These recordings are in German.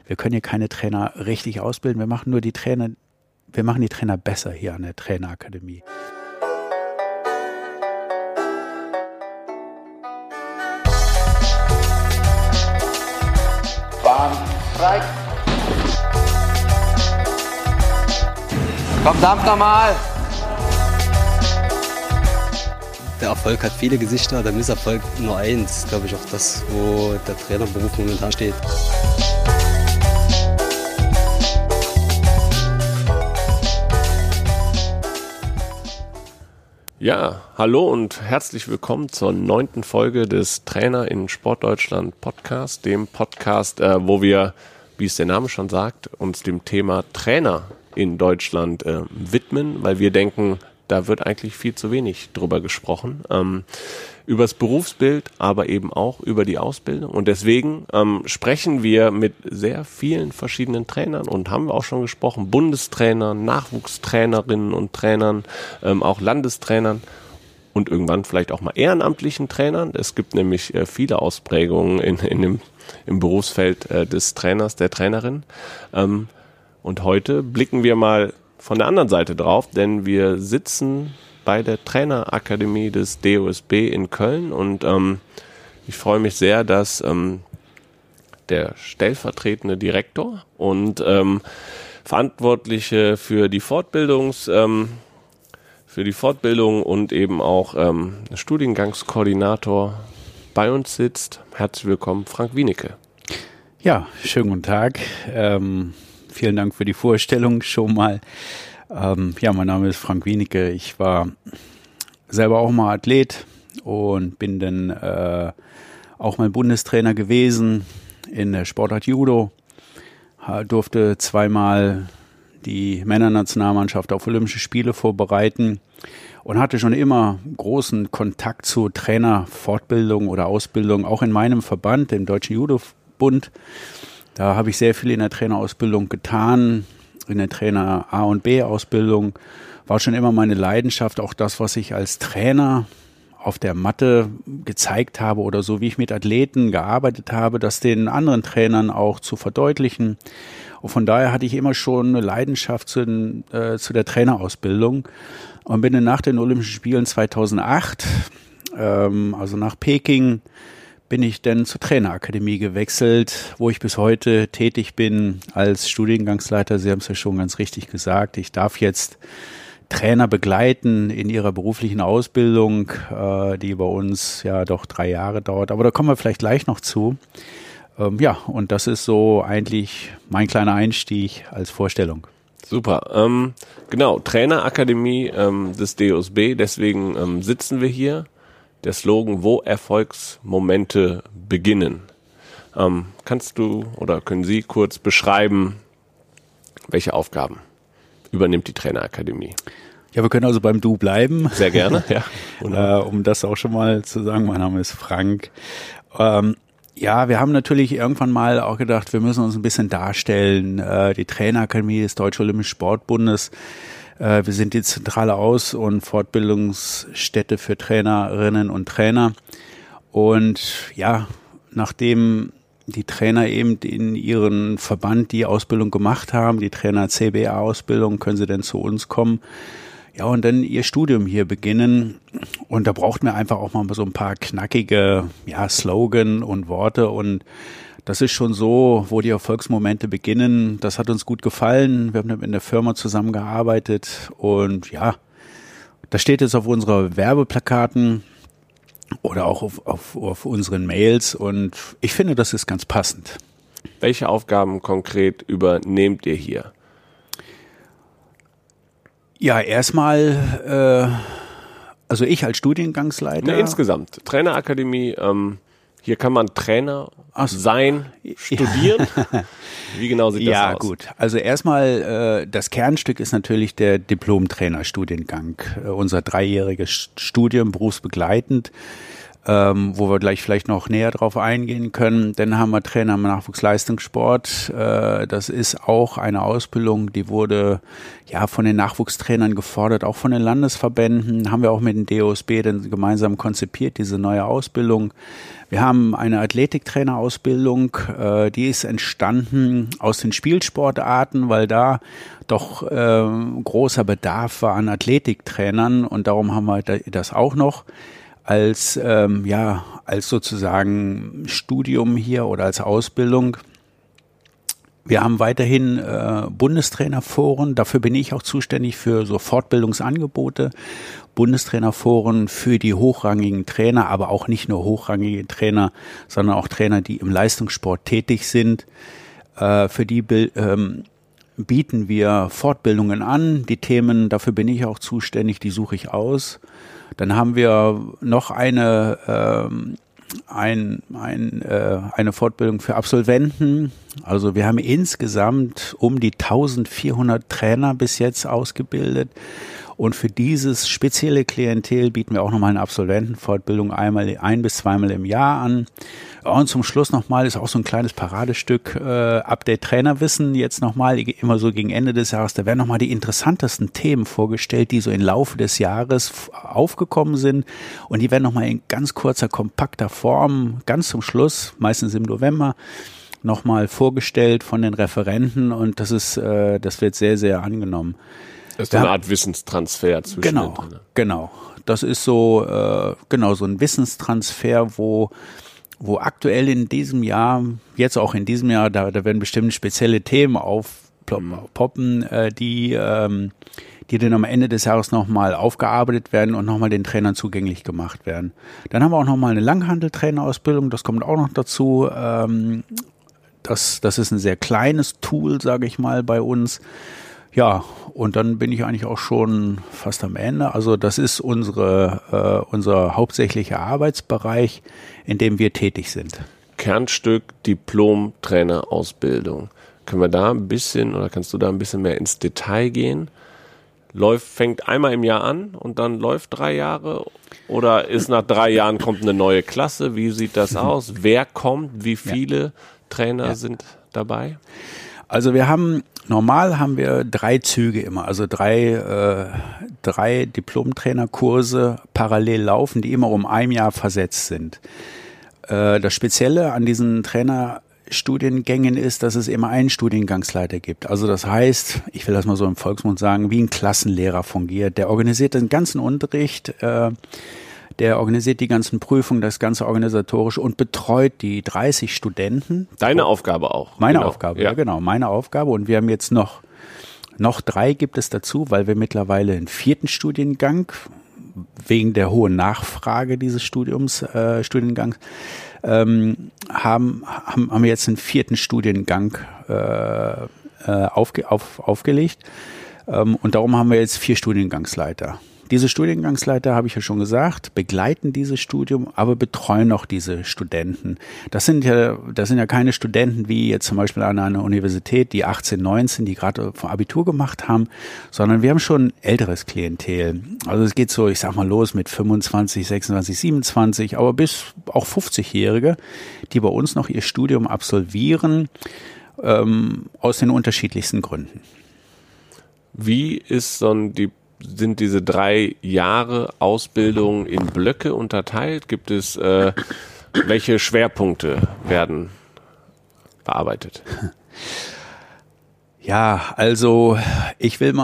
wir können hier keine Trainer richtig ausbilden. Wir machen die Trainer besser hier an der Trainerakademie. Frei. Komm, dampf nochmal. Der Erfolg hat viele Gesichter, der Misserfolg nur eins. Glaube ich auch das, wo der Trainerberuf momentan steht. Ja, hallo und herzlich willkommen zur 9. Folge des Trainer in Sportdeutschland Podcast, dem Podcast, wo wir, wie es der Name schon sagt, uns dem Thema Trainer in Deutschland widmen, weil wir denken, da wird eigentlich viel zu wenig drüber gesprochen, über das Berufsbild, aber eben auch über die Ausbildung. Und deswegen sprechen wir mit sehr vielen verschiedenen Trainern und haben wir auch schon gesprochen, Bundestrainern, Nachwuchstrainerinnen und Trainern, auch Landestrainern und irgendwann vielleicht auch mal ehrenamtlichen Trainern. Es gibt nämlich viele Ausprägungen im Berufsfeld des Trainers, der Trainerin. Und heute blicken wir mal von der anderen Seite drauf, denn wir sitzen bei der Trainerakademie des DOSB in Köln und ich freue mich sehr, dass der stellvertretende Direktor und Verantwortliche für die Fortbildung und eben auch Studiengangskoordinator bei uns sitzt. Herzlich willkommen, Frank Wienicke. Ja, schönen guten Tag. Vielen Dank für die Vorstellung schon mal. Mein Name ist Frank Wienicke. Ich war selber auch mal Athlet und bin dann auch mal Bundestrainer gewesen in der Sportart Judo. Durfte zweimal die Männernationalmannschaft auf Olympische Spiele vorbereiten und hatte schon immer großen Kontakt zu Trainerfortbildung oder Ausbildung, auch in meinem Verband, dem Deutschen Judo-Bund. Da habe ich sehr viel in der Trainerausbildung getan, in der Trainer A- und B-Ausbildung. War schon immer meine Leidenschaft, auch das, was ich als Trainer auf der Matte gezeigt habe oder so, wie ich mit Athleten gearbeitet habe, das den anderen Trainern auch zu verdeutlichen. Und von daher hatte ich immer schon eine Leidenschaft zu der Trainerausbildung und bin dann nach den Olympischen Spielen 2008, also nach Peking, bin ich dann zur Trainerakademie gewechselt, wo ich bis heute tätig bin als Studiengangsleiter. Sie haben es ja schon ganz richtig gesagt. Ich darf jetzt Trainer begleiten in ihrer beruflichen Ausbildung, die bei uns ja doch 3 Jahre dauert. Aber da kommen wir vielleicht gleich noch zu. Und das ist so eigentlich mein kleiner Einstieg als Vorstellung. Super. Genau, Trainerakademie des DOSB, deswegen sitzen wir hier. Der Slogan, wo Erfolgsmomente beginnen. Kannst du oder können Sie kurz beschreiben, welche Aufgaben übernimmt die Trainerakademie? Ja, wir können also beim Du bleiben. Sehr gerne, ja. Um das auch schon mal zu sagen, mein Name ist Frank. Wir haben natürlich irgendwann mal auch gedacht, wir müssen uns ein bisschen darstellen. Die Trainerakademie des Deutschen Olympischen Sportbundes. Wir sind die zentrale Aus- und Fortbildungsstätte für Trainerinnen und Trainer. Und ja, nachdem die Trainer eben in ihren Verband die Ausbildung gemacht haben, die Trainer-CBA-Ausbildung, können sie dann zu uns kommen. Ja, und dann ihr Studium hier beginnen. Und da braucht man einfach auch mal so ein paar knackige Slogan und Worte. Und das ist schon so, wo die Erfolgsmomente beginnen. Das hat uns gut gefallen. Wir haben in der Firma zusammengearbeitet und das steht jetzt auf unseren Werbeplakaten oder auch auf unseren Mails und ich finde, das ist ganz passend. Welche Aufgaben konkret übernehmt ihr hier? Ja, erstmal, also ich als Studiengangsleiter. Insgesamt, Trainerakademie, hier kann man Trainer sein, studieren. Wie genau sieht das aus? Ja, gut. Also erstmal, das Kernstück ist natürlich der Diplom-Trainer-Studiengang. Unser 3-jähriges Studium, berufsbegleitend. wo wir gleich vielleicht noch näher drauf eingehen können. Dann haben wir Trainer im Nachwuchsleistungssport. Das ist auch eine Ausbildung, die wurde ja von den Nachwuchstrainern gefordert, auch von den Landesverbänden. Haben wir auch mit dem DOSB dann gemeinsam konzipiert, diese neue Ausbildung. Wir haben eine Athletiktrainerausbildung, die ist entstanden aus den Spielsportarten, weil da doch großer Bedarf war an Athletiktrainern und darum haben wir das auch noch als sozusagen Studium hier oder als Ausbildung. Wir haben weiterhin Bundestrainerforen, dafür bin ich auch zuständig für so Fortbildungsangebote, Bundestrainerforen für die hochrangigen Trainer, aber auch nicht nur hochrangige Trainer, sondern auch Trainer, die im Leistungssport tätig sind. Für die bieten wir Fortbildungen an, die Themen, dafür bin ich auch zuständig, die suche ich aus. Dann haben wir noch eine Fortbildung für Absolventen. Also wir haben insgesamt um die 1400 Trainer bis jetzt ausgebildet. Und für dieses spezielle Klientel bieten wir auch nochmal eine Absolventenfortbildung ein bis zweimal im Jahr an. Und zum Schluss nochmal ist auch so ein kleines Paradestück Update Trainerwissen jetzt nochmal, immer so gegen Ende des Jahres. Da werden nochmal die interessantesten Themen vorgestellt, die so im Laufe des Jahres aufgekommen sind. Und die werden nochmal in ganz kurzer, kompakter Form, ganz zum Schluss, meistens im November, nochmal vorgestellt von den Referenten. Und das wird sehr, sehr angenommen. Das ist eine Art Wissenstransfer zwischen den Trainern. Genau. Das ist so ein Wissenstransfer, wo aktuell in diesem Jahr, jetzt auch in diesem Jahr, da werden bestimmt spezielle Themen aufpoppen, die dann am Ende des Jahres nochmal aufgearbeitet werden und nochmal den Trainern zugänglich gemacht werden. Dann haben wir auch nochmal eine Langhanteltrainerausbildung, das kommt auch noch dazu. Das ist ein sehr kleines Tool, sage ich mal, bei uns. Ja, und dann bin ich eigentlich auch schon fast am Ende. Also das ist unser hauptsächlicher Arbeitsbereich, in dem wir tätig sind. Kernstück Diplom-Trainerausbildung. Können wir da ein bisschen oder kannst du da ein bisschen mehr ins Detail gehen? Fängt einmal im Jahr an und dann läuft 3 Jahre? Oder ist nach 3 Jahren kommt eine neue Klasse? Wie sieht das aus? Wer kommt? Wie viele Trainer sind dabei? Also normal haben wir 3 Züge immer, also drei Diplom-Trainerkurse parallel laufen, die immer um ein Jahr versetzt sind. Das Spezielle an diesen Trainerstudiengängen ist, dass es immer einen Studiengangsleiter gibt. Also das heißt, ich will das mal so im Volksmund sagen, wie ein Klassenlehrer fungiert. Der organisiert den ganzen Unterricht, der organisiert die ganzen Prüfungen, das ganze organisatorisch und betreut die 30 Studenten. Deine Aufgabe auch. Meine Aufgabe, ja genau, meine Aufgabe. Und wir haben jetzt noch 3 gibt es dazu, weil wir mittlerweile einen 4. Studiengang wegen der hohen Nachfrage dieses Studiengangs haben wir jetzt einen 4. Studiengang aufgelegt. Und darum haben wir jetzt 4 Studiengangsleiter. Diese Studiengangsleiter, habe ich ja schon gesagt, begleiten dieses Studium, aber betreuen auch diese Studenten. Das sind ja keine Studenten wie jetzt zum Beispiel an einer Universität, die 18, 19, die gerade vom Abitur gemacht haben, sondern wir haben schon älteres Klientel. Also es geht so, ich sag mal, los mit 25, 26, 27, aber bis auch 50-Jährige, die bei uns noch ihr Studium absolvieren, aus den unterschiedlichsten Gründen. Wie sind diese 3 Jahre Ausbildung in Blöcke unterteilt? Gibt es, welche Schwerpunkte werden bearbeitet? Ja, also ich will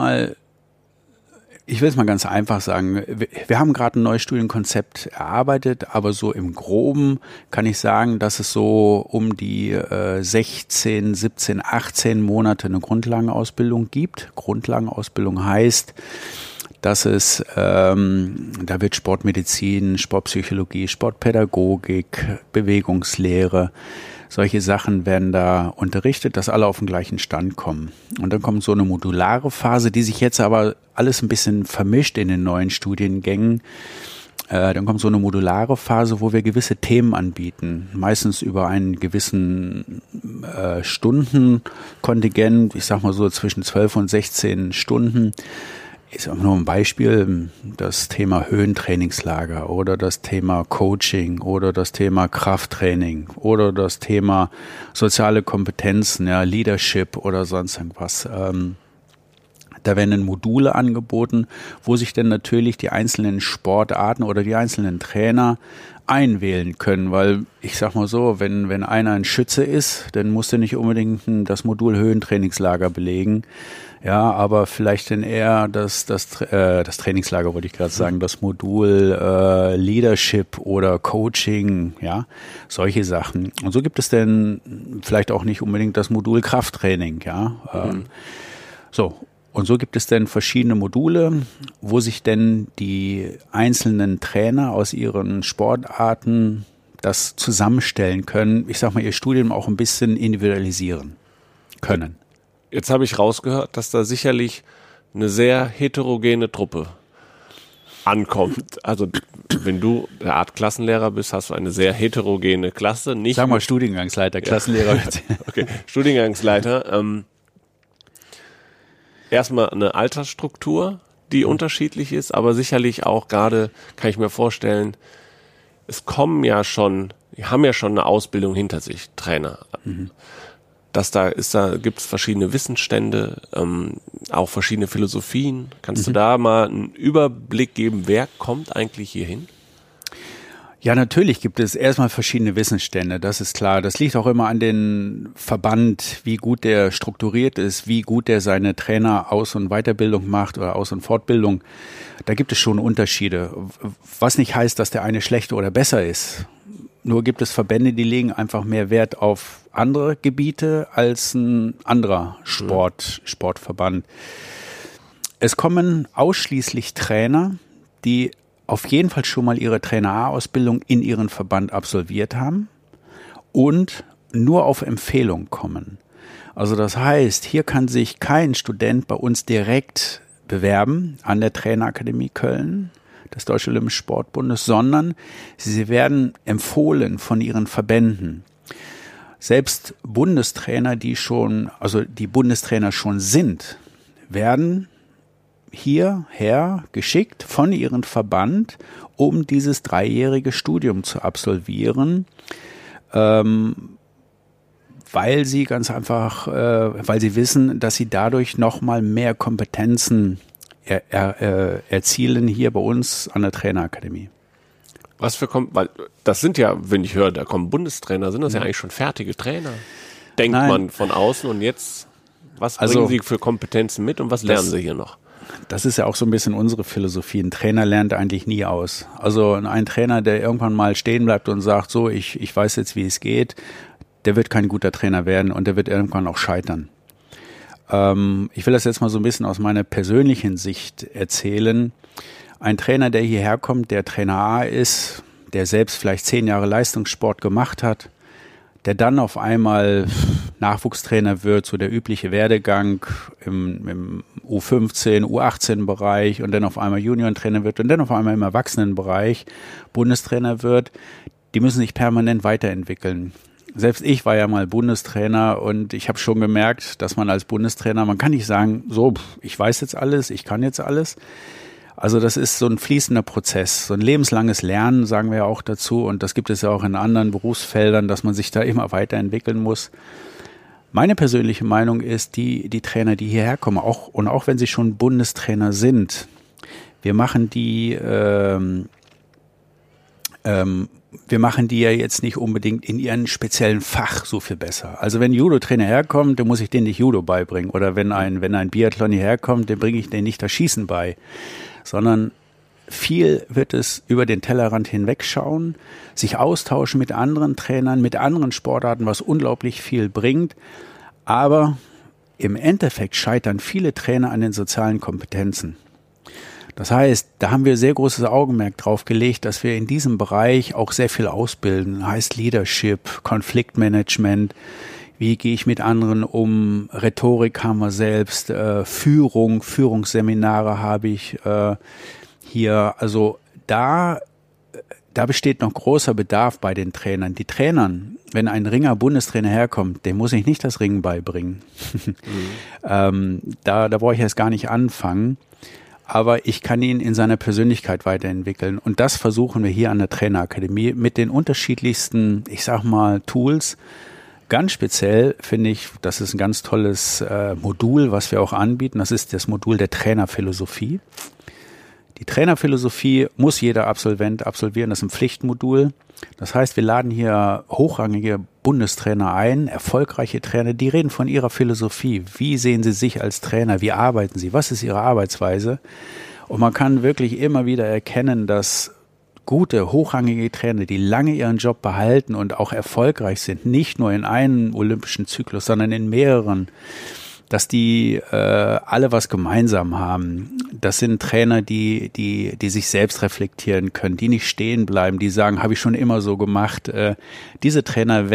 es mal ganz einfach sagen. Wir haben gerade ein neues Studienkonzept erarbeitet, aber so im Groben kann ich sagen, dass es so um die 16, 17, 18 Monate eine Grundlagenausbildung gibt. Grundlagenausbildung heißt, dass es, da wird Sportmedizin, Sportpsychologie, Sportpädagogik, Bewegungslehre, solche Sachen werden da unterrichtet, dass alle auf den gleichen Stand kommen. Und dann kommt so eine modulare Phase, die sich jetzt aber alles ein bisschen vermischt in den neuen Studiengängen. Dann kommt so eine modulare Phase, wo wir gewisse Themen anbieten, meistens über einen gewissen Stundenkontingent, ich sag mal so zwischen 12 und 16 Stunden, ist auch nur ein Beispiel, das Thema Höhentrainingslager oder das Thema Coaching oder das Thema Krafttraining oder das Thema soziale Kompetenzen, ja, Leadership oder sonst irgendwas. Da werden Module angeboten, wo sich dann natürlich die einzelnen Sportarten oder die einzelnen Trainer einwählen können, weil ich sag mal so, wenn einer ein Schütze ist, dann muss er nicht unbedingt das Modul Höhentrainingslager belegen, ja, aber vielleicht dann eher das Trainingslager, wollte ich gerade sagen, das Modul Leadership oder Coaching, ja, solche Sachen. Und so gibt es dann vielleicht auch nicht unbedingt das Modul Krafttraining, ja. So. Und so gibt es dann verschiedene Module, wo sich denn die einzelnen Trainer aus ihren Sportarten das zusammenstellen können, ich sag mal, ihr Studium auch ein bisschen individualisieren können. Jetzt habe ich rausgehört, dass da sicherlich eine sehr heterogene Truppe ankommt. Also wenn du eine Art Klassenlehrer bist, hast du eine sehr heterogene Klasse. Nicht Sag mal Studiengangsleiter, Klassenlehrer. Okay, Studiengangsleiter. Erstmal eine Altersstruktur, die unterschiedlich ist, aber sicherlich auch gerade, kann ich mir vorstellen, haben ja schon eine Ausbildung hinter sich, Trainer. Gibt es verschiedene Wissensstände, auch verschiedene Philosophien. Kannst du da mal einen Überblick geben, wer kommt eigentlich hier hin? Ja, natürlich gibt es erstmal verschiedene Wissensstände, das ist klar. Das liegt auch immer an den Verband, wie gut der strukturiert ist, wie gut der seine Trainer Aus- und Weiterbildung macht oder Aus- und Fortbildung. Da gibt es schon Unterschiede, was nicht heißt, dass der eine schlechter oder besser ist. Nur gibt es Verbände, die legen einfach mehr Wert auf andere Gebiete als ein anderer Sportverband. Es kommen ausschließlich Trainer, die auf jeden Fall schon mal ihre Trainer-A-Ausbildung in ihren Verband absolviert haben und nur auf Empfehlung kommen. Also das heißt, hier kann sich kein Student bei uns direkt bewerben an der Trainerakademie Köln des Deutschen Olympischen Sportbundes, sondern sie werden empfohlen von ihren Verbänden. Selbst Bundestrainer, die Bundestrainer schon sind, werden hierher geschickt von ihrem Verband, um dieses 3-jährige Studium zu absolvieren, weil sie ganz einfach, weil sie wissen, dass sie dadurch nochmal mehr Kompetenzen erzielen hier bei uns an der Trainerakademie. Weil das sind ja, wenn ich höre, da kommen Bundestrainer, sind das ja eigentlich schon fertige Trainer. Denkt man von außen und jetzt, was bringen sie für Kompetenzen mit und was lernen sie hier noch? Das ist ja auch so ein bisschen unsere Philosophie. Ein Trainer lernt eigentlich nie aus. Also ein Trainer, der irgendwann mal stehen bleibt und sagt, so, ich weiß jetzt, wie es geht, der wird kein guter Trainer werden und der wird irgendwann auch scheitern. Ich will das jetzt mal so ein bisschen aus meiner persönlichen Sicht erzählen. Ein Trainer, der hierher kommt, der Trainer A ist, der selbst vielleicht 10 Jahre Leistungssport gemacht hat, der dann auf einmal Nachwuchstrainer wird, so der übliche Werdegang im U15, U18-Bereich und dann auf einmal Juniorentrainer wird und dann auf einmal im Erwachsenenbereich Bundestrainer wird, die müssen sich permanent weiterentwickeln. Selbst ich war ja mal Bundestrainer und ich habe schon gemerkt, dass man als Bundestrainer, man kann nicht sagen, so, ich weiß jetzt alles, ich kann jetzt alles. Also das ist so ein fließender Prozess, so ein lebenslanges Lernen, sagen wir ja auch dazu. Und das gibt es ja auch in anderen Berufsfeldern, dass man sich da immer weiterentwickeln muss. Meine persönliche Meinung ist, die Trainer, die hierher kommen, auch wenn sie schon Bundestrainer sind, wir machen die ja jetzt nicht unbedingt in ihrem speziellen Fach so viel besser. Also wenn ein Judo-Trainer herkommt, dann muss ich denen nicht Judo beibringen. Oder wenn ein Biathlon hierher kommt, dann bringe ich denen nicht das Schießen bei. Sondern viel wird es über den Tellerrand hinwegschauen, sich austauschen mit anderen Trainern, mit anderen Sportarten, was unglaublich viel bringt. Aber im Endeffekt scheitern viele Trainer an den sozialen Kompetenzen. Das heißt, da haben wir sehr großes Augenmerk drauf gelegt, dass wir in diesem Bereich auch sehr viel ausbilden. Heißt Leadership, Konfliktmanagement, wie gehe ich mit anderen um, Rhetorik haben wir selbst, Führungsseminare habe ich hier. Also da besteht noch großer Bedarf bei den Trainern. Die Trainern, wenn ein Ringer-Bundestrainer herkommt, dem muss ich nicht das Ringen beibringen. Da brauche ich erst gar nicht anfangen. aber ich kann ihn in seiner Persönlichkeit weiterentwickeln. Und das versuchen wir hier an der Trainerakademie mit den unterschiedlichsten, ich sag mal, Tools. Ganz speziell finde ich, das ist ein ganz tolles Modul, was wir auch anbieten. Das ist das Modul der Trainerphilosophie. Die Trainerphilosophie muss jeder Absolvent absolvieren. Das ist ein Pflichtmodul. Das heißt, wir laden hier hochrangige Bundestrainer ein, erfolgreiche Trainer, die reden von ihrer Philosophie. Wie sehen sie sich als Trainer? Wie arbeiten sie? Was ist ihre Arbeitsweise? Und man kann wirklich immer wieder erkennen, dass gute, hochrangige Trainer, die lange ihren Job behalten und auch erfolgreich sind, nicht nur in einem olympischen Zyklus, sondern in mehreren, dass die alle was gemeinsam haben. Das sind Trainer, die sich selbst reflektieren können, die nicht stehen bleiben, die sagen, habe ich schon immer so gemacht. Diese Trainer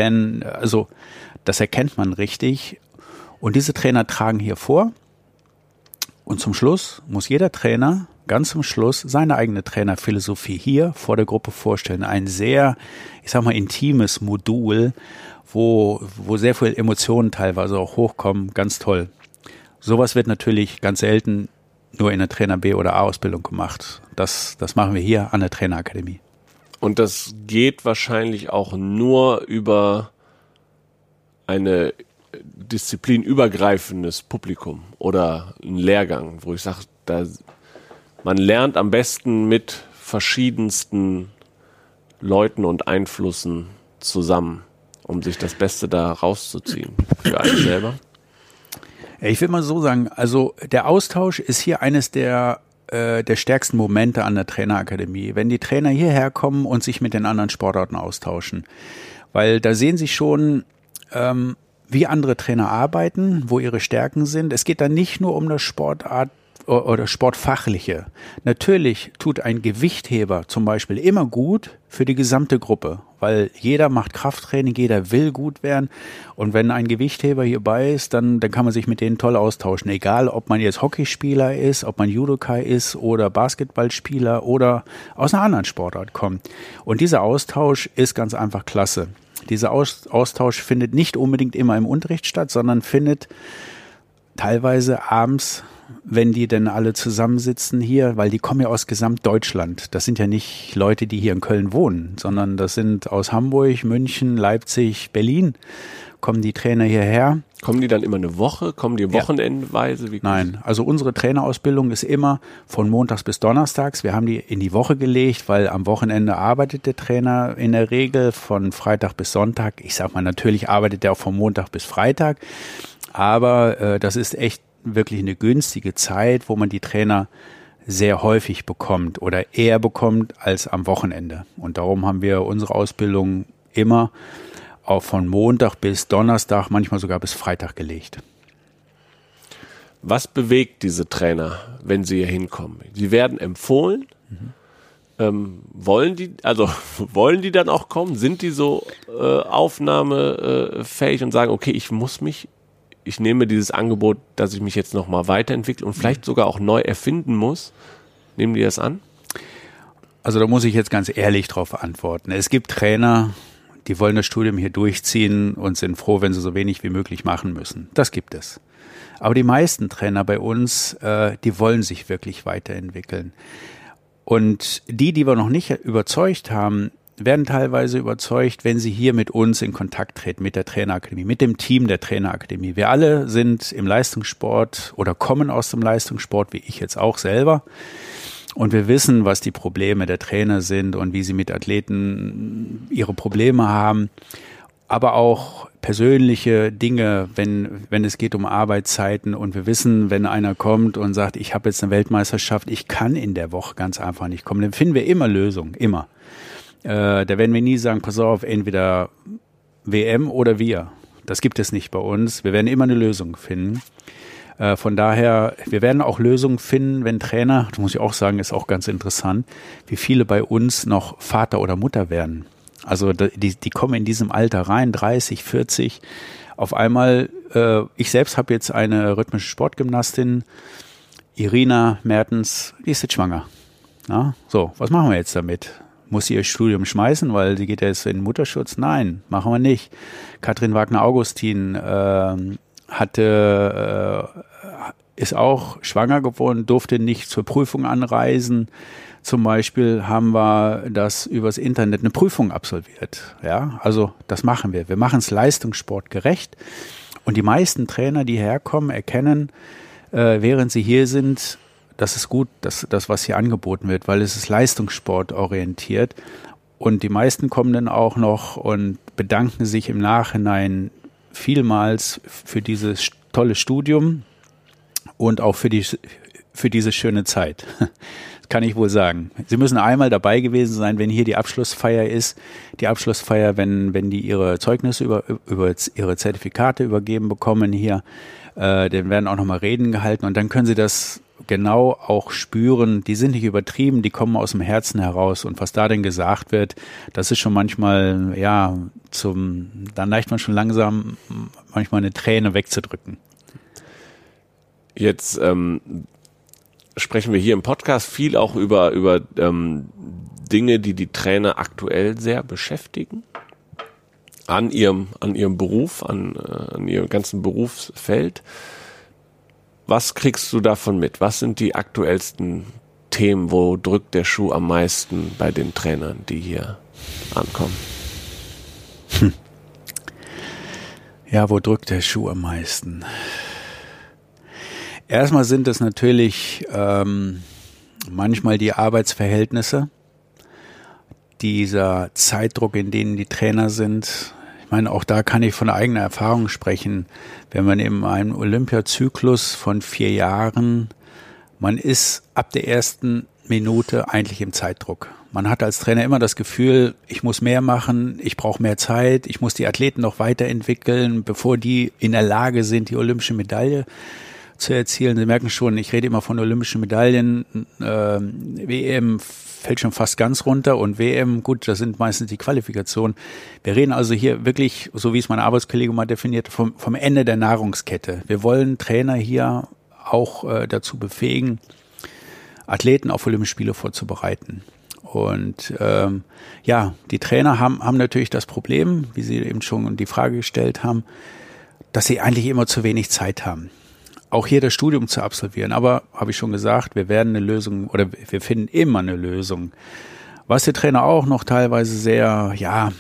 das erkennt man richtig. Und diese Trainer tragen hier vor. Und zum Schluss muss jeder Trainer ganz zum Schluss seine eigene Trainerphilosophie hier vor der Gruppe vorstellen. Ein sehr, ich sag mal, intimes Modul, wo sehr viel Emotionen teilweise auch hochkommen. Ganz toll. Sowas wird natürlich ganz selten nur in der Trainer B- oder A-Ausbildung gemacht. Das machen wir hier an der Trainerakademie. Und das geht wahrscheinlich auch nur über eine disziplinübergreifendes Publikum oder einen Lehrgang, wo ich sage, man lernt am besten mit verschiedensten Leuten und Einflüssen zusammen, um sich das Beste da rauszuziehen für einen selber. Ich will mal so sagen, also der Austausch ist hier eines der stärksten Momente an der Trainerakademie, wenn die Trainer hierher kommen und sich mit den anderen Sportarten austauschen. Weil da sehen sie schon, wie andere Trainer arbeiten, wo ihre Stärken sind. Es geht da nicht nur um das Sportart oder Sportfachliche. Natürlich tut ein Gewichtheber zum Beispiel immer gut für die gesamte Gruppe, weil jeder macht Krafttraining, jeder will gut werden. Und wenn ein Gewichtheber hierbei ist, dann kann man sich mit denen toll austauschen. Egal, ob man jetzt Hockeyspieler ist, ob man Judoka ist oder Basketballspieler oder aus einer anderen Sportart kommt. Und dieser Austausch ist ganz einfach klasse. Dieser Austausch findet nicht unbedingt immer im Unterricht statt, sondern findet teilweise abends, wenn die denn alle zusammensitzen hier, weil die kommen ja aus Gesamtdeutschland. Das sind ja nicht Leute, die hier in Köln wohnen, sondern das sind aus Hamburg, München, Leipzig, Berlin, kommen die Trainer hierher. Kommen die dann immer eine Woche? Kommen die wochenendweise? Nein, also unsere Trainerausbildung ist immer von montags bis donnerstags. Wir haben die in die Woche gelegt, weil am Wochenende arbeitet der Trainer in der Regel von Freitag bis Sonntag. Ich sag mal, natürlich arbeitet er auch von Montag bis Freitag, aber das ist echt wirklich eine günstige Zeit, wo man die Trainer sehr häufig bekommt oder eher bekommt als am Wochenende. Und darum haben wir unsere Ausbildung immer auch von Montag bis Donnerstag, manchmal sogar bis Freitag gelegt. Was bewegt diese Trainer, wenn sie hier hinkommen? Sie werden empfohlen. Wollen die dann auch kommen? Sind die so aufnahmefähig und sagen, okay, ich nehme dieses Angebot, dass ich mich jetzt nochmal weiterentwickle und vielleicht sogar auch neu erfinden muss? Nehmen die das an? Also da muss ich jetzt ganz ehrlich drauf antworten. Es gibt Trainer, die wollen das Studium hier durchziehen und sind froh, wenn sie so wenig wie möglich machen müssen. Das gibt es. Aber die meisten Trainer bei uns, die wollen sich wirklich weiterentwickeln. Und die wir noch nicht überzeugt haben, werden teilweise überzeugt, wenn sie hier mit uns in Kontakt treten, mit der Trainerakademie, mit dem Team der Trainerakademie. Wir alle sind im Leistungssport oder kommen aus dem Leistungssport, wie ich jetzt auch selber. Und wir wissen, was die Probleme der Trainer sind und wie sie mit Athleten ihre Probleme haben. Aber auch persönliche Dinge, wenn es geht um Arbeitszeiten. Und wir wissen, wenn einer kommt und sagt, ich habe jetzt eine Weltmeisterschaft, ich kann in der Woche ganz einfach nicht kommen, dann finden wir immer Lösungen, immer. Da werden wir nie sagen, pass auf, entweder WM oder wir. Das gibt es nicht bei uns. Wir werden immer eine Lösung finden. Von daher, wir werden auch Lösungen finden, wenn Trainer, das muss ich auch sagen, ist auch ganz interessant, wie viele bei uns noch Vater oder Mutter werden. Also die kommen in diesem Alter rein, 30, 40. Auf einmal, ich selbst habe jetzt eine rhythmische Sportgymnastin, Irina Mertens, die ist jetzt schwanger. Ja, so, was machen wir jetzt damit? Muss sie ihr Studium schmeißen, weil sie geht ja jetzt in den Mutterschutz? Nein, machen wir nicht. Katrin Wagner-Augustin ist auch schwanger geworden, durfte nicht zur Prüfung anreisen. Zum Beispiel haben wir das übers Internet eine Prüfung absolviert. Ja, also das machen wir. Wir machen es leistungssportgerecht. Und die meisten Trainer, die herkommen, erkennen, während sie hier sind, das ist gut, das, was hier angeboten wird, weil es ist leistungssportorientiert. Und die meisten kommen dann auch noch und bedanken sich im Nachhinein vielmals für dieses tolle Studium und auch für diese schöne Zeit. Das kann ich wohl sagen. Sie müssen einmal dabei gewesen sein, wenn hier die Abschlussfeier ist. Die Abschlussfeier, wenn die ihre Zeugnisse über ihre Zertifikate übergeben bekommen hier, dann werden auch nochmal Reden gehalten und dann können Sie das genau auch spüren. Die sind nicht übertrieben, die kommen aus dem Herzen heraus und was da denn gesagt wird, das ist schon manchmal, ja, dann neigt man schon langsam manchmal eine Träne wegzudrücken. Jetzt sprechen wir hier im Podcast viel auch über Dinge, die Trainer aktuell sehr beschäftigen. An ihrem Beruf, an ihrem ganzen Berufsfeld. Was kriegst du davon mit? Was sind die aktuellsten Themen? Wo drückt der Schuh am meisten bei den Trainern, die hier ankommen? Ja, wo drückt der Schuh am meisten? Erstmal sind es natürlich manchmal die Arbeitsverhältnisse, dieser Zeitdruck, in denen die Trainer sind. Ich meine, auch da kann ich von eigener Erfahrung sprechen. Wenn man in einem Olympiazyklus von 4 Jahren, man ist ab der ersten Minute eigentlich im Zeitdruck. Man hat als Trainer immer das Gefühl, ich muss mehr machen, ich brauche mehr Zeit, ich muss die Athleten noch weiterentwickeln, bevor die in der Lage sind, die olympische Medaille zu erzielen. Sie merken schon, ich rede immer von olympischen Medaillen. WM fällt schon fast ganz runter und WM, gut, das sind meistens die Qualifikationen. Wir reden also hier wirklich, so wie es mein Arbeitskollege mal definiert, vom Ende der Nahrungskette. Wir wollen Trainer hier auch dazu befähigen, Athleten auf Olympische Spiele vorzubereiten. Und die Trainer haben natürlich das Problem, wie Sie eben schon die Frage gestellt haben, dass sie eigentlich immer zu wenig Zeit haben, auch hier das Studium zu absolvieren. Aber, habe ich schon gesagt, wir werden eine Lösung oder wir finden immer eine Lösung. Was die Trainer auch noch teilweise sehr,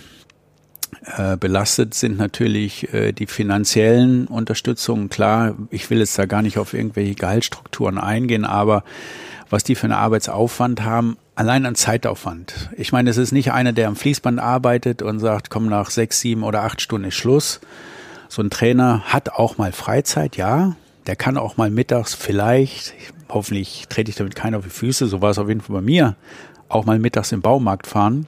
belastet, sind natürlich die finanziellen Unterstützungen. Klar, ich will jetzt da gar nicht auf irgendwelche Gehaltsstrukturen eingehen, aber was die für einen Arbeitsaufwand haben, allein an Zeitaufwand. Ich meine, es ist nicht einer, der am Fließband arbeitet und sagt, komm, nach 6, 7 oder 8 Stunden ist Schluss. So ein Trainer hat auch mal Freizeit, ja. Der kann auch mal mittags vielleicht, hoffentlich trete ich damit keiner auf die Füße, so war es auf jeden Fall bei mir, auch mal mittags im Baumarkt fahren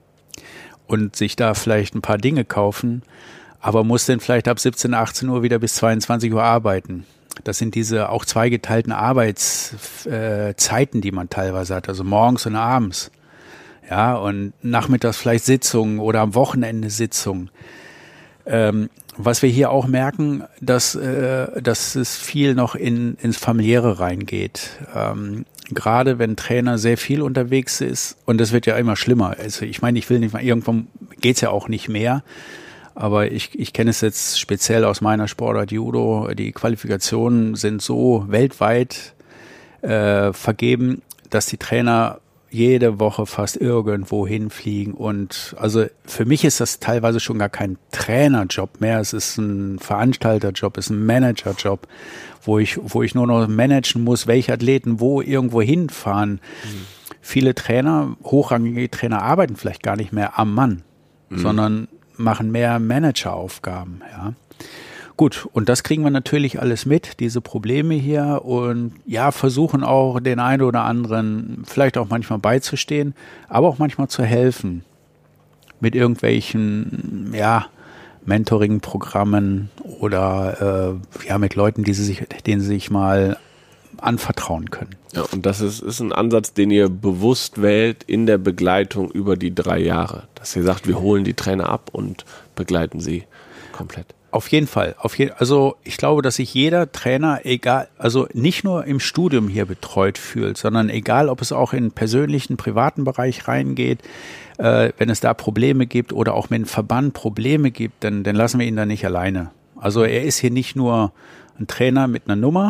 und sich da vielleicht ein paar Dinge kaufen, aber muss dann vielleicht ab 17, 18 Uhr wieder bis 22 Uhr arbeiten. Das sind diese auch zweigeteilten Arbeitszeiten, die man teilweise hat, also morgens und abends. Ja, und nachmittags vielleicht Sitzungen oder am Wochenende Sitzungen. Was wir hier auch merken, dass es viel noch ins Familiäre reingeht. Gerade wenn Trainer sehr viel unterwegs ist, und das wird ja immer schlimmer. Also ich meine, ich will nicht mal, irgendwann geht's ja auch nicht mehr. Aber ich kenne es jetzt speziell aus meiner Sportart Judo. Die Qualifikationen sind so weltweit vergeben, dass die Trainer jede Woche fast irgendwo hinfliegen und also für mich ist das teilweise schon gar kein Trainerjob mehr, es ist ein Veranstalterjob, es ist ein Managerjob, wo ich nur noch managen muss, welche Athleten wo irgendwo hinfahren. Viele Trainer, hochrangige Trainer arbeiten vielleicht gar nicht mehr am Mann, sondern machen mehr Manageraufgaben, ja. Gut, und das kriegen wir natürlich alles mit, diese Probleme hier und ja, versuchen auch den einen oder anderen vielleicht auch manchmal beizustehen, aber auch manchmal zu helfen mit irgendwelchen, Mentoring-Programmen oder mit Leuten, denen sie sich mal anvertrauen können. Ja, und das ist ein Ansatz, den ihr bewusst wählt in der Begleitung über die 3 Jahre, dass ihr sagt, wir holen die Trainer ab und begleiten sie komplett. Auf jeden Fall. Also ich glaube, dass sich jeder Trainer, nicht nur im Studium hier betreut fühlt, sondern egal, ob es auch in den persönlichen, privaten Bereich reingeht, wenn es da Probleme gibt oder auch mit dem Verband Probleme gibt, dann lassen wir ihn da nicht alleine. Also er ist hier nicht nur ein Trainer mit einer Nummer,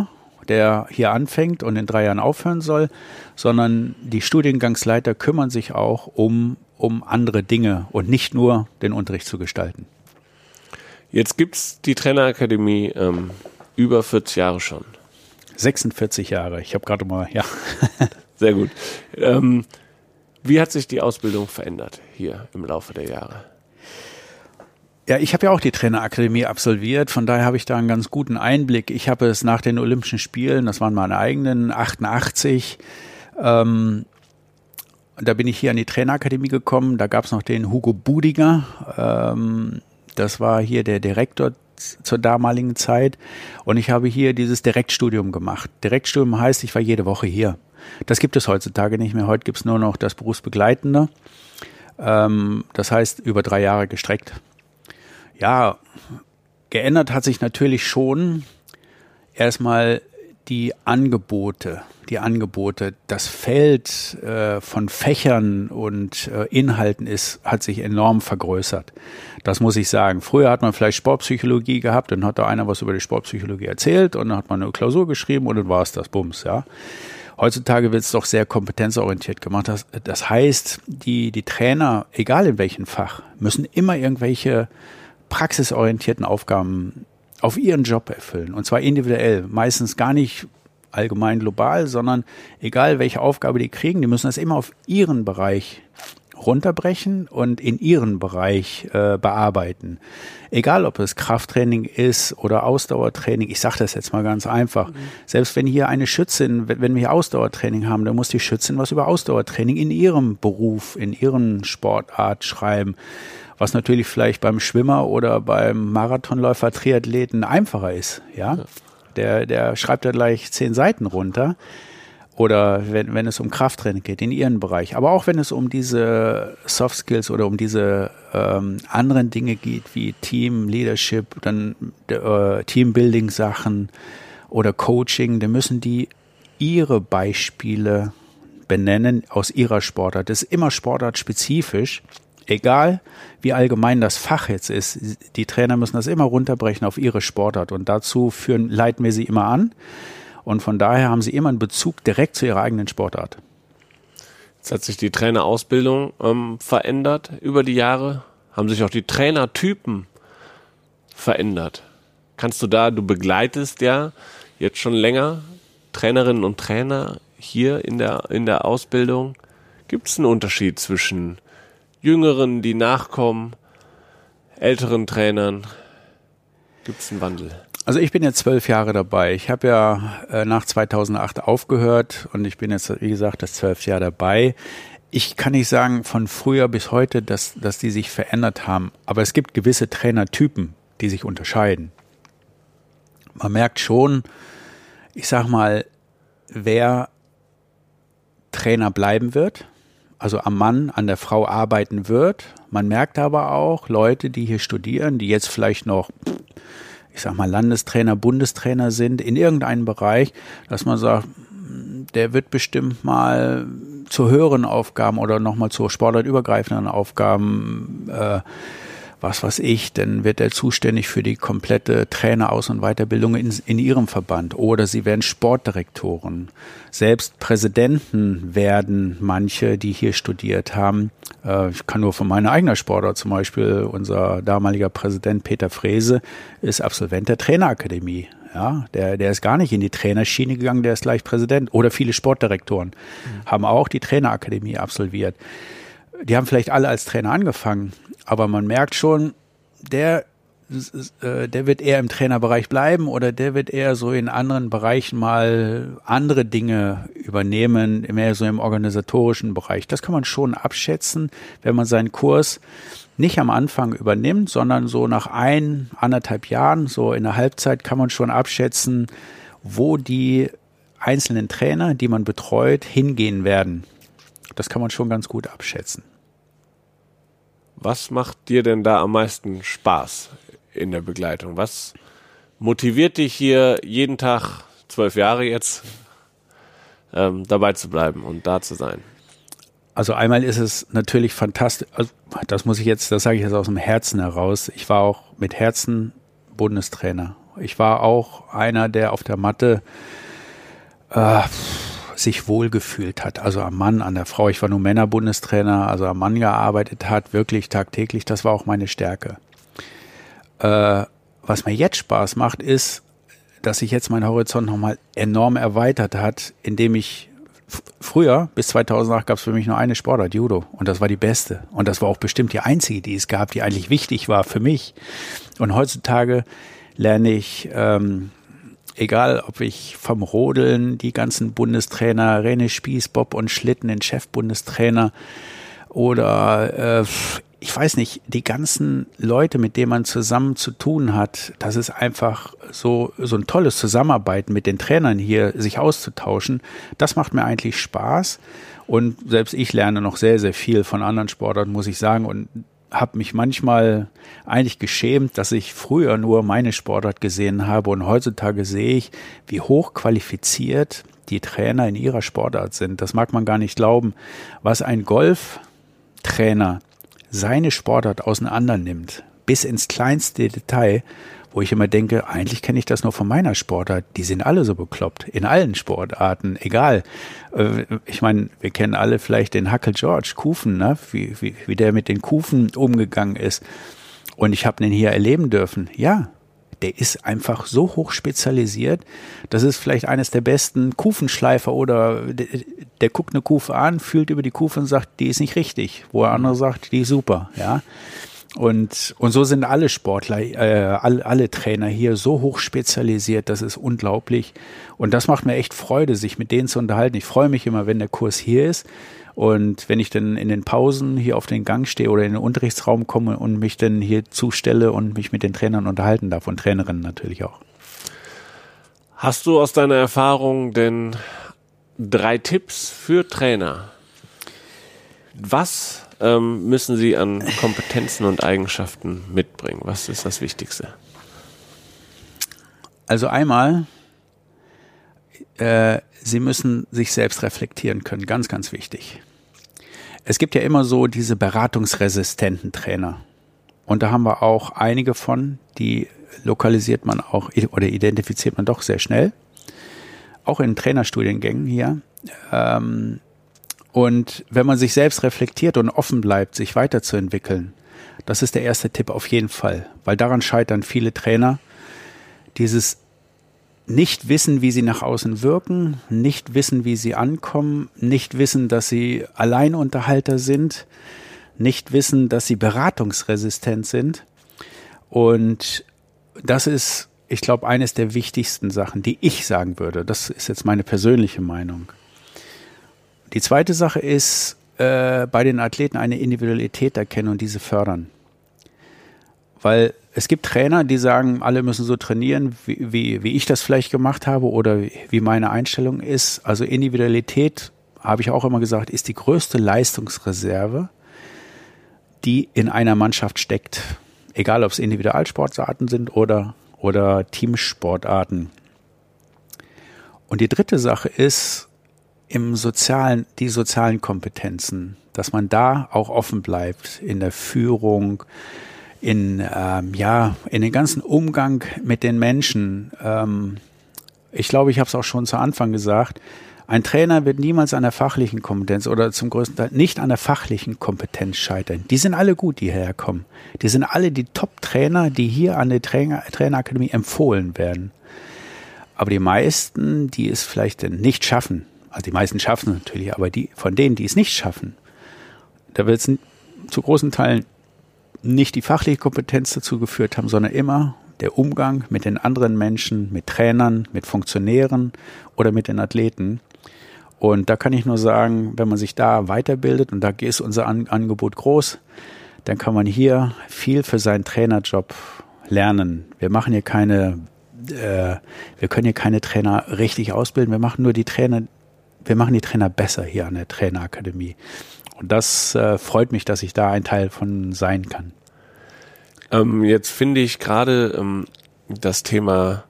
der hier anfängt und in 3 Jahren aufhören soll, sondern die Studiengangsleiter kümmern sich auch um andere Dinge und nicht nur den Unterricht zu gestalten. Jetzt gibt es die Trainerakademie über 40 Jahre schon. 46 Jahre, ich habe gerade mal, ja. Sehr gut. Wie hat sich die Ausbildung verändert hier im Laufe der Jahre? Ja, ich habe ja auch die Trainerakademie absolviert, von daher habe ich da einen ganz guten Einblick. Ich habe es nach den Olympischen Spielen, das waren meine eigenen, 88, da bin ich hier an die Trainerakademie gekommen, da gab es noch den Hugo Budiger, das war hier der Direktor zur damaligen Zeit und ich habe hier dieses Direktstudium gemacht. Direktstudium heißt, ich war jede Woche hier. Das gibt es heutzutage nicht mehr. Heute gibt es nur noch das Berufsbegleitende. Das heißt, über 3 Jahre gestreckt. Ja, geändert hat sich natürlich schon erstmal die Angebote. Das Feld von Fächern und Inhalten hat sich enorm vergrößert. Das muss ich sagen. Früher hat man vielleicht Sportpsychologie gehabt, dann hat da einer was über die Sportpsychologie erzählt und dann hat man eine Klausur geschrieben und dann war es das, Bums, ja. Heutzutage wird es doch sehr kompetenzorientiert gemacht. Das heißt, die Trainer, egal in welchem Fach, müssen immer irgendwelche praxisorientierten Aufgaben auf ihren Job erfüllen. Und zwar individuell, meistens gar nicht allgemein global, sondern egal welche Aufgabe die kriegen, die müssen das immer auf ihren Bereich runterbrechen und in ihren Bereich bearbeiten. Egal, ob es Krafttraining ist oder Ausdauertraining, ich sage das jetzt mal ganz einfach. Selbst wenn hier eine Schützin, wenn wir hier Ausdauertraining haben, dann muss die Schützin was über Ausdauertraining in ihrem Beruf, in ihren Sportart schreiben, was natürlich vielleicht beim Schwimmer oder beim Marathonläufer, Triathleten einfacher ist. Ja? Der schreibt ja gleich 10 Seiten runter. Oder wenn es um Krafttraining geht, in ihren Bereich. Aber auch wenn es um diese Soft Skills oder um diese anderen Dinge geht, wie Team, Leadership, dann Teambuilding-Sachen oder Coaching, dann müssen die ihre Beispiele benennen aus ihrer Sportart. Das ist immer sportartspezifisch. Egal, wie allgemein das Fach jetzt ist, die Trainer müssen das immer runterbrechen auf ihre Sportart. Und dazu leiten wir sie immer an. Und von daher haben sie immer einen Bezug direkt zu ihrer eigenen Sportart. Jetzt hat sich die Trainerausbildung verändert über die Jahre. Haben sich auch die Trainertypen verändert. Du begleitest ja jetzt schon länger Trainerinnen und Trainer hier in der Ausbildung. Gibt es einen Unterschied zwischen Jüngeren, die nachkommen, älteren Trainern? Gibt es einen Wandel? Also ich bin jetzt 12 Jahre dabei. Ich habe ja nach 2008 aufgehört und ich bin jetzt, wie gesagt, das 12. Jahr dabei. Ich kann nicht sagen von früher bis heute, dass die sich verändert haben. Aber es gibt gewisse Trainertypen, die sich unterscheiden. Man merkt schon, ich sag mal, wer Trainer bleiben wird, also am Mann, an der Frau arbeiten wird. Man merkt aber auch Leute, die hier studieren, die jetzt vielleicht noch, ich sag mal, Landestrainer, Bundestrainer sind in irgendeinem Bereich, dass man sagt, der wird bestimmt mal zu höheren Aufgaben oder nochmal zu sportartübergreifenden Aufgaben, was weiß ich, dann wird er zuständig für die komplette Traineraus- und Weiterbildung in ihrem Verband. Oder sie werden Sportdirektoren. Selbst Präsidenten werden manche, die hier studiert haben. Ich kann nur von meiner eigenen Sportart zum Beispiel, unser damaliger Präsident Peter Frese ist Absolvent der Trainerakademie. Ja, der ist gar nicht in die Trainerschiene gegangen, der ist gleich Präsident. Oder viele Sportdirektoren haben auch die Trainerakademie absolviert. Die haben vielleicht alle als Trainer angefangen, aber man merkt schon, der wird eher im Trainerbereich bleiben oder der wird eher so in anderen Bereichen mal andere Dinge übernehmen, mehr so im organisatorischen Bereich. Das kann man schon abschätzen, wenn man seinen Kurs nicht am Anfang übernimmt, sondern so nach 1,5 Jahren, so in der Halbzeit kann man schon abschätzen, wo die einzelnen Trainer, die man betreut, hingehen werden. Das kann man schon ganz gut abschätzen. Was macht dir denn da am meisten Spaß in der Begleitung? Was motiviert dich hier jeden Tag, 12 Jahre jetzt, dabei zu bleiben und da zu sein? Also einmal ist es natürlich fantastisch, also das sage ich jetzt aus dem Herzen heraus. Ich war auch mit Herzen Bundestrainer. Ich war auch einer, der auf der Matte sich wohlgefühlt hat. Also am Mann, an der Frau. Ich war nur Männerbundestrainer, also am Mann gearbeitet hat, wirklich tagtäglich. Das war auch meine Stärke. Was mir jetzt Spaß macht, ist, dass sich jetzt mein Horizont nochmal enorm erweitert hat, indem ich früher, bis 2008, gab es für mich nur eine Sportart, Judo. Und das war die beste. Und das war auch bestimmt die einzige, die es gab, die eigentlich wichtig war für mich. Und heutzutage lerne ich, egal ob ich vom Rodeln, die ganzen Bundestrainer, René Spieß, Bob und Schlitten, den Chefbundestrainer oder ich weiß nicht, die ganzen Leute, mit denen man zusammen zu tun hat, das ist einfach so ein tolles Zusammenarbeiten mit den Trainern hier, sich auszutauschen. Das macht mir eigentlich Spaß. Und selbst ich lerne noch sehr, sehr viel von anderen Sportarten, muss ich sagen. Und habe mich manchmal eigentlich geschämt, dass ich früher nur meine Sportart gesehen habe. Und heutzutage sehe ich, wie hochqualifiziert die Trainer in ihrer Sportart sind. Das mag man gar nicht glauben, was ein Golftrainer seine Sportart auseinander nimmt, bis ins kleinste Detail, wo ich immer denke, eigentlich kenne ich das nur von meiner Sportart. Die sind alle so bekloppt, in allen Sportarten, egal. Ich meine, wir kennen alle vielleicht den Huckle George, Kufen, ne? Wie der mit den Kufen umgegangen ist. Und ich habe den hier erleben dürfen. Ja, der ist einfach so hoch spezialisiert. Das ist vielleicht eines der besten Kufenschleifer oder der guckt eine Kufe an, fühlt über die Kufe und sagt, die ist nicht richtig. Wo der andere sagt, die ist super, ja. Und so sind alle Sportler, alle Trainer hier so hoch spezialisiert, das ist unglaublich. Und das macht mir echt Freude, sich mit denen zu unterhalten. Ich freue mich immer, wenn der Kurs hier ist. Und wenn ich dann in den Pausen hier auf den Gang stehe oder in den Unterrichtsraum komme und mich dann hier zustelle und mich mit den Trainern unterhalten darf und Trainerinnen natürlich auch. Hast du aus deiner Erfahrung denn 3 Tipps für Trainer? Was müssen sie an Kompetenzen und Eigenschaften mitbringen? Was ist das Wichtigste? Also einmal, sie müssen sich selbst reflektieren können, ganz, ganz wichtig. Es gibt ja immer so diese beratungsresistenten Trainer. Und da haben wir auch einige von, die lokalisiert man auch oder identifiziert man doch sehr schnell. Auch in Trainerstudiengängen hier. Und wenn man sich selbst reflektiert und offen bleibt, sich weiterzuentwickeln, das ist der erste Tipp auf jeden Fall. Weil daran scheitern viele Trainer. Dieses nicht wissen, wie sie nach außen wirken, nicht wissen, wie sie ankommen, nicht wissen, dass sie Alleinunterhalter sind, nicht wissen, dass sie beratungsresistent sind. Und das ist, ich glaube, eines der wichtigsten Sachen, die ich sagen würde. Das ist jetzt meine persönliche Meinung. Die zweite Sache ist, bei den Athleten eine Individualität erkennen und diese fördern. Weil es gibt Trainer, die sagen, alle müssen so trainieren, wie ich das vielleicht gemacht habe oder wie meine Einstellung ist. Also Individualität, habe ich auch immer gesagt, ist die größte Leistungsreserve, die in einer Mannschaft steckt. Egal, ob es Individualsportarten sind oder Teamsportarten. Und die dritte Sache ist die sozialen Kompetenzen, dass man da auch offen bleibt in der Führung, in den ganzen Umgang mit den Menschen. Ich glaube, ich habe es auch schon zu Anfang gesagt, ein Trainer wird niemals an der fachlichen Kompetenz oder zum größten Teil nicht an der fachlichen Kompetenz scheitern. Die sind alle gut, die herkommen. Die sind alle die Top-Trainer, die hier an der Trainerakademie empfohlen werden. Aber die meisten, die es vielleicht nicht schaffen, also die meisten schaffen es natürlich, aber von denen, die es nicht schaffen, da wird es zu großen Teilen nicht die fachliche Kompetenz dazu geführt haben, sondern immer der Umgang mit den anderen Menschen, mit Trainern, mit Funktionären oder mit den Athleten. Und da kann ich nur sagen, wenn man sich da weiterbildet, und da ist unser Angebot groß, dann kann man hier viel für seinen Trainerjob lernen. Wir machen hier wir können hier keine Trainer richtig ausbilden, wir machen die Trainer besser hier an der Trainerakademie. Und das freut mich, dass ich da ein Teil von sein kann. Jetzt finde ich gerade das Thema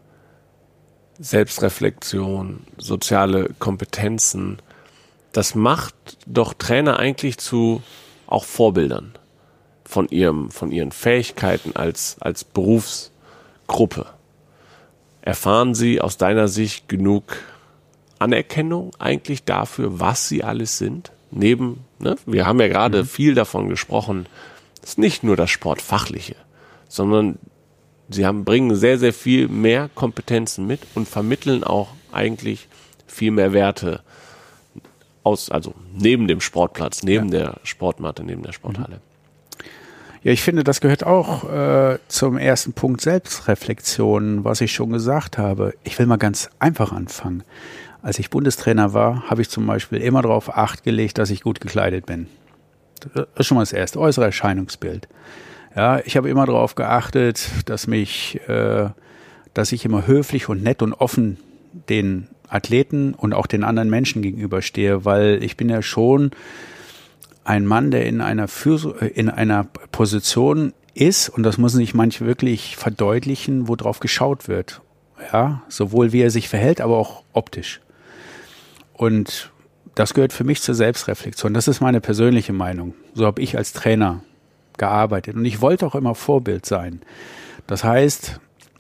Selbstreflexion, soziale Kompetenzen, das macht doch Trainer eigentlich zu auch Vorbildern von ihren Fähigkeiten als Berufsgruppe. Erfahren Sie aus deiner Sicht genug Anerkennung eigentlich dafür, was sie alles sind? Wir haben ja gerade viel davon gesprochen, es ist nicht nur das Sportfachliche, sondern sie bringen sehr, sehr viel mehr Kompetenzen mit und vermitteln auch eigentlich viel mehr Werte also neben dem Sportplatz, neben der Sportmatte, neben der Sporthalle. Ja, ich finde, das gehört auch zum ersten Punkt Selbstreflexion, was ich schon gesagt habe. Ich will mal ganz einfach anfangen. Als ich Bundestrainer war, habe ich zum Beispiel immer darauf Acht gelegt, dass ich gut gekleidet bin. Das ist schon mal das erste, äußere Erscheinungsbild. Ja, ich habe immer darauf geachtet, dass ich immer höflich und nett und offen den Athleten und auch den anderen Menschen gegenüberstehe, weil ich bin ja schon ein Mann, der in einer Position ist, und das müssen sich manche wirklich verdeutlichen, wo drauf geschaut wird. Ja, sowohl wie er sich verhält, aber auch optisch. Und das gehört für mich zur Selbstreflexion. Das ist meine persönliche Meinung. So habe ich als Trainer gearbeitet. Und ich wollte auch immer Vorbild sein. Das heißt,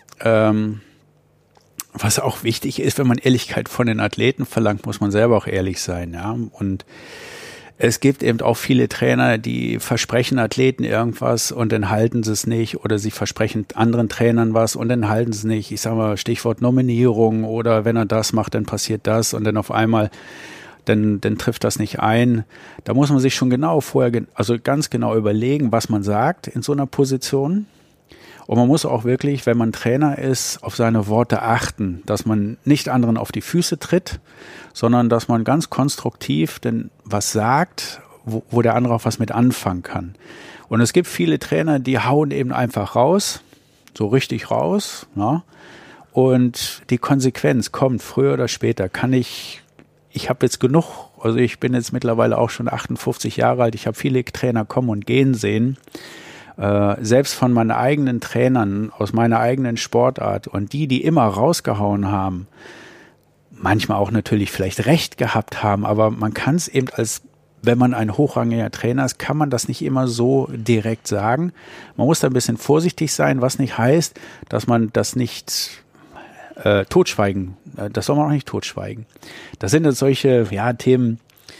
was auch wichtig ist, wenn man Ehrlichkeit von den Athleten verlangt, muss man selber auch ehrlich sein. Ja? Und es gibt eben auch viele Trainer, die versprechen Athleten irgendwas und dann halten sie es nicht, oder sie versprechen anderen Trainern was und dann halten sie es nicht. Ich sage mal Stichwort Nominierung, oder wenn er das macht, dann passiert das und dann auf einmal, dann trifft das nicht ein. Da muss man sich schon ganz genau überlegen, was man sagt in so einer Position. Und man muss auch wirklich, wenn man Trainer ist, auf seine Worte achten, dass man nicht anderen auf die Füße tritt, sondern dass man ganz konstruktiv denn was sagt, wo der andere auch was mit anfangen kann. Und es gibt viele Trainer, die hauen eben einfach raus, so richtig raus, ja, und die Konsequenz kommt früher oder später. Ich habe jetzt genug, also ich bin jetzt mittlerweile auch schon 58 Jahre alt, ich habe viele Trainer kommen und gehen sehen, selbst von meinen eigenen Trainern aus meiner eigenen Sportart, und die immer rausgehauen haben, manchmal auch natürlich vielleicht recht gehabt haben, aber man kann es eben wenn man ein hochrangiger Trainer ist, kann man das nicht immer so direkt sagen. Man muss da ein bisschen vorsichtig sein, was nicht heißt, dass man das nicht totschweigen, das soll man auch nicht totschweigen. Das sind jetzt solche Themen,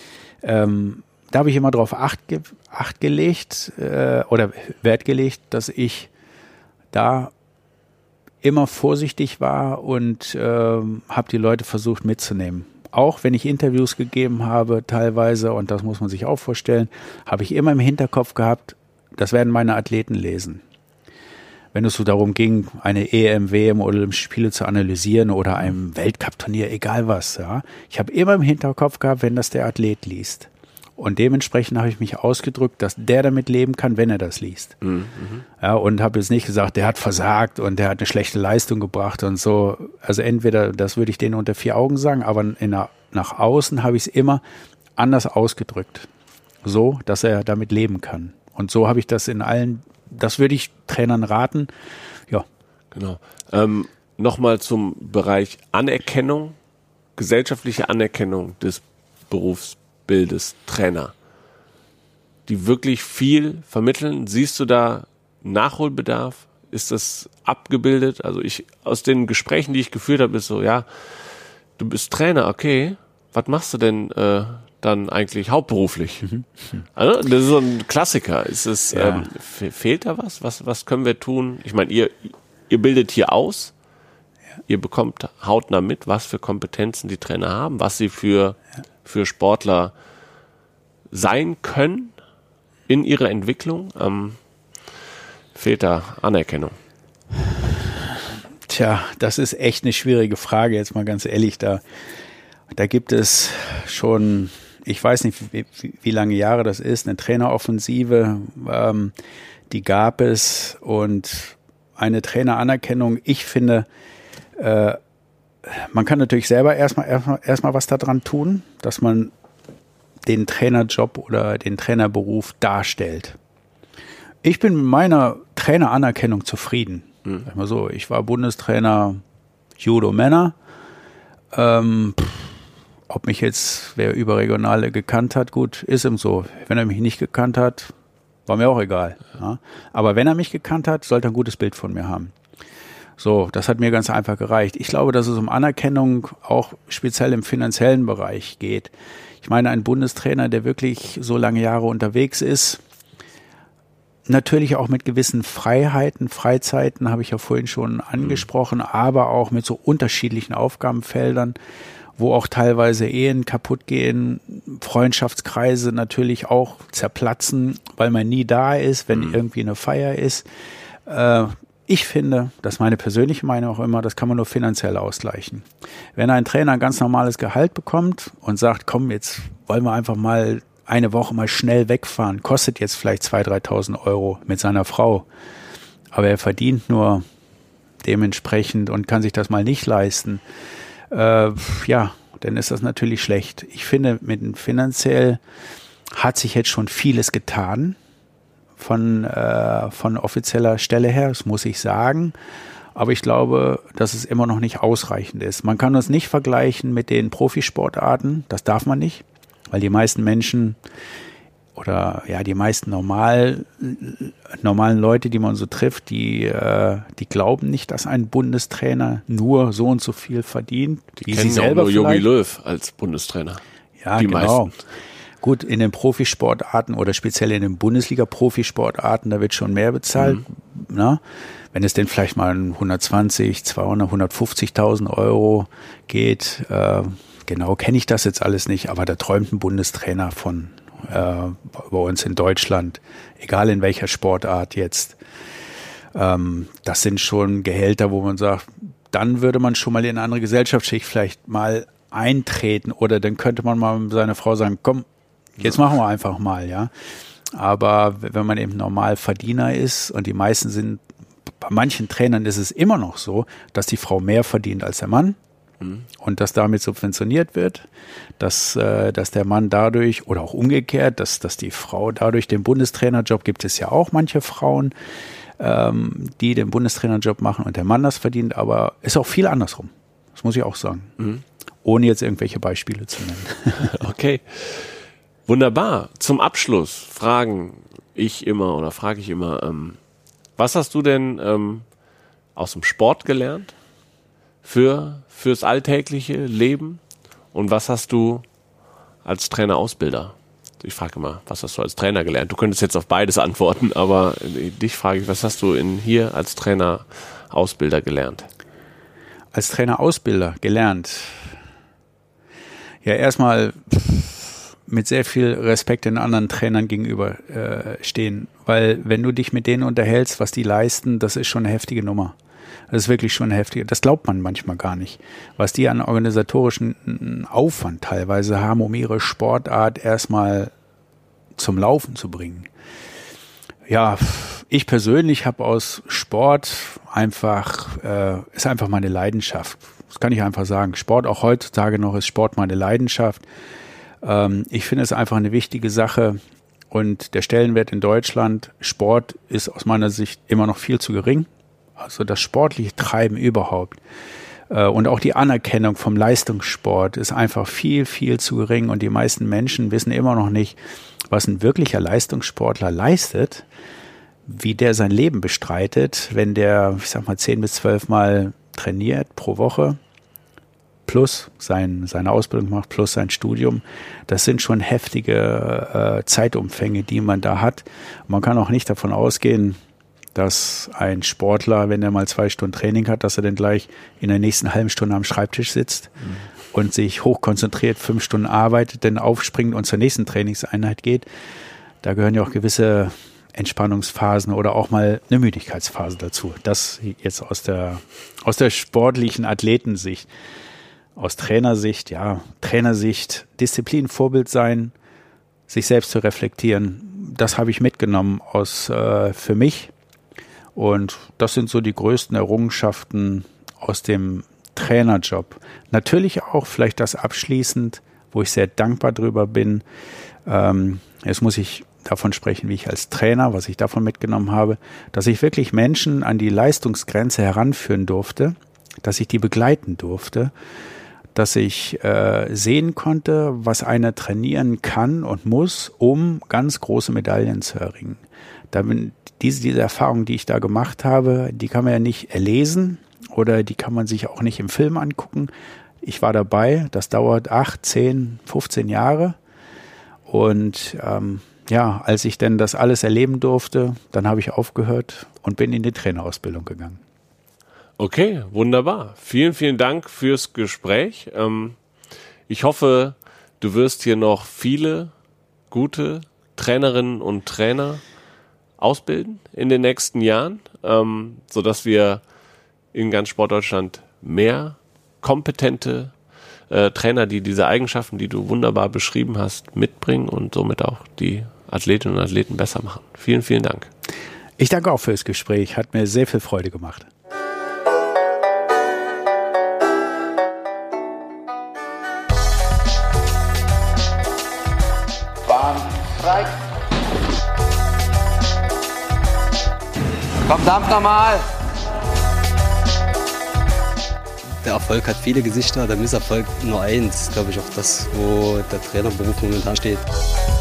da habe ich immer darauf Acht gelegt oder Wert gelegt, dass ich da immer vorsichtig war und habe die Leute versucht mitzunehmen. Auch wenn ich Interviews gegeben habe teilweise, und das muss man sich auch vorstellen, habe ich immer im Hinterkopf gehabt, das werden meine Athleten lesen. Wenn es so darum ging, eine EM, WM oder Olympische Spiele zu analysieren oder einem Weltcup-Turnier, egal was. Ja. Ich habe immer im Hinterkopf gehabt, wenn das der Athlet liest. Und dementsprechend habe ich mich ausgedrückt, dass der damit leben kann, wenn er das liest. Mhm. Ja, und habe jetzt nicht gesagt, der hat versagt und der hat eine schlechte Leistung gebracht und so. Also entweder, das würde ich denen unter 4 Augen sagen, aber nach außen habe ich es immer anders ausgedrückt. So, dass er damit leben kann. Und so habe ich das das würde ich Trainern raten. Ja. Genau. Nochmal zum Bereich Anerkennung, gesellschaftliche Anerkennung des Berufsbildes Trainer, die wirklich viel vermitteln. Siehst du da Nachholbedarf? Ist das abgebildet? Also aus den Gesprächen, die ich geführt habe, ist so, ja, du bist Trainer, okay, was machst du denn dann eigentlich hauptberuflich? Also, das ist so ein Klassiker. Ist es, fehlt da was? Was können wir tun? Ich meine, ihr bildet hier aus, ihr bekommt hautnah mit, was für Kompetenzen die Trainer haben, was sie für Sportler sein können in ihrer Entwicklung. Fehlt da Anerkennung? Tja, das ist echt eine schwierige Frage, jetzt mal ganz ehrlich. Da gibt es schon, ich weiß nicht, wie lange Jahre das ist, eine Traineroffensive, die gab es, und eine Traineranerkennung. Ich finde, man kann natürlich selber erstmal was daran tun, dass man den Trainerjob oder den Trainerberuf darstellt. Ich bin mit meiner Traineranerkennung zufrieden. Sag mal so, ich war Bundestrainer Judo Männer. Ob mich jetzt wer Überregionale gekannt hat, gut, ist ihm so. Wenn er mich nicht gekannt hat, war mir auch egal. Ja. Aber wenn er mich gekannt hat, sollte er ein gutes Bild von mir haben. So, das hat mir ganz einfach gereicht. Ich glaube, dass es um Anerkennung auch speziell im finanziellen Bereich geht. Ich meine, ein Bundestrainer, der wirklich so lange Jahre unterwegs ist, natürlich auch mit gewissen Freiheiten, Freizeiten, habe ich ja vorhin schon angesprochen, aber auch mit so unterschiedlichen Aufgabenfeldern, wo auch teilweise Ehen kaputt gehen, Freundschaftskreise natürlich auch zerplatzen, weil man nie da ist, wenn irgendwie eine Feier ist. Ich finde, das ist meine persönliche Meinung auch immer, das kann man nur finanziell ausgleichen. Wenn ein Trainer ein ganz normales Gehalt bekommt und sagt, komm, jetzt wollen wir einfach mal eine Woche mal schnell wegfahren, kostet jetzt vielleicht 2.000, 3.000 Euro mit seiner Frau, aber er verdient nur dementsprechend und kann sich das mal nicht leisten, dann ist das natürlich schlecht. Ich finde, finanziell hat sich jetzt schon vieles getan von offizieller Stelle her, das muss ich sagen. Aber ich glaube, dass es immer noch nicht ausreichend ist. Man kann uns nicht vergleichen mit den Profisportarten, das darf man nicht, weil die meisten Menschen oder ja die meisten normalen Leute, die man so trifft, die glauben nicht, dass ein Bundestrainer nur so und so viel verdient. Die kennen ja nur Jogi Löw als Bundestrainer. Ja, die genau. Meisten. Gut, in den Profisportarten oder speziell in den Bundesliga-Profisportarten, da wird schon mehr bezahlt. Ne? Wenn es denn vielleicht mal 120, 200, 150.000 Euro geht, genau kenne ich das jetzt alles nicht, aber da träumt ein Bundestrainer von bei uns in Deutschland, egal in welcher Sportart jetzt. Das sind schon Gehälter, wo man sagt, dann würde man schon mal in eine andere Gesellschaftsschicht vielleicht mal eintreten oder dann könnte man mal mit seiner Frau sagen, komm, jetzt machen wir einfach mal, ja. Aber wenn man eben Normalverdiener ist und die meisten sind, bei manchen Trainern ist es immer noch so, dass die Frau mehr verdient als der Mann und dass damit subventioniert wird, dass der Mann dadurch oder auch umgekehrt, dass die Frau dadurch den Bundestrainerjob, gibt es ja auch manche Frauen, die den Bundestrainerjob machen und der Mann das verdient, aber ist auch viel andersrum. Das muss ich auch sagen. Ohne jetzt irgendwelche Beispiele zu nennen. Okay. Wunderbar. Zum Abschluss frage ich immer, was hast du denn aus dem Sport gelernt fürs alltägliche Leben und was hast du als Trainer-Ausbilder? Ich frage immer, was hast du als Trainer gelernt? Du könntest jetzt auf beides antworten, aber dich frage ich, was hast du hier als Trainer-Ausbilder gelernt? Als Trainer-Ausbilder gelernt? Ja, erstmal mit sehr viel Respekt den anderen Trainern gegenüber stehen, weil wenn du dich mit denen unterhältst, was die leisten, das ist schon eine heftige Nummer. Das ist wirklich schon eine heftige, das glaubt man manchmal gar nicht, was die an organisatorischen Aufwand teilweise haben, um ihre Sportart erstmal zum Laufen zu bringen. Ja, ich persönlich habe aus Sport ist einfach meine Leidenschaft. Das kann ich einfach sagen. Sport, auch heutzutage noch, ist Sport meine Leidenschaft. Ich finde es einfach eine wichtige Sache und der Stellenwert in Deutschland, Sport ist aus meiner Sicht immer noch viel zu gering. Also das sportliche Treiben überhaupt und auch die Anerkennung vom Leistungssport ist einfach viel, viel zu gering und die meisten Menschen wissen immer noch nicht, was ein wirklicher Leistungssportler leistet, wie der sein Leben bestreitet, wenn der, 10 bis 12 Mal trainiert pro Woche, plus seine Ausbildung macht, plus sein Studium. Das sind schon heftige Zeitumfänge, die man da hat. Man kann auch nicht davon ausgehen, dass ein Sportler, wenn er mal 2 Stunden Training hat, dass er dann gleich in der nächsten halben Stunde am Schreibtisch sitzt und sich hochkonzentriert 5 Stunden arbeitet, dann aufspringt und zur nächsten Trainingseinheit geht. Da gehören ja auch gewisse Entspannungsphasen oder auch mal eine Müdigkeitsphase dazu. Das jetzt aus der sportlichen Athletensicht. Aus Trainersicht, Disziplin, Vorbild sein, sich selbst zu reflektieren, das habe ich mitgenommen für mich. Und das sind so die größten Errungenschaften aus dem Trainerjob. Natürlich auch vielleicht das abschließend, wo ich sehr dankbar drüber bin. Jetzt muss ich davon sprechen, wie ich als Trainer, was ich davon mitgenommen habe, dass ich wirklich Menschen an die Leistungsgrenze heranführen durfte, dass ich die begleiten durfte, dass ich sehen konnte, was einer trainieren kann und muss, um ganz große Medaillen zu erringen. Diese Erfahrung, die ich da gemacht habe, die kann man ja nicht erlesen, oder die kann man sich auch nicht im Film angucken. Ich war dabei, das dauert 8, 10, 15 Jahre und als ich denn das alles erleben durfte, dann habe ich aufgehört und bin in die Trainerausbildung gegangen. Okay, wunderbar. Vielen, vielen Dank fürs Gespräch. Ich hoffe, du wirst hier noch viele gute Trainerinnen und Trainer ausbilden in den nächsten Jahren, sodass wir in ganz Sportdeutschland mehr kompetente Trainer, die diese Eigenschaften, die du wunderbar beschrieben hast, mitbringen und somit auch die Athletinnen und Athleten besser machen. Vielen, vielen Dank. Ich danke auch fürs Gespräch. Hat mir sehr viel Freude gemacht. Frei. Komm, dampf nochmal. Der Erfolg hat viele Gesichter, der Misserfolg nur eins. Glaube ich auch das, wo der Trainerberuf momentan steht.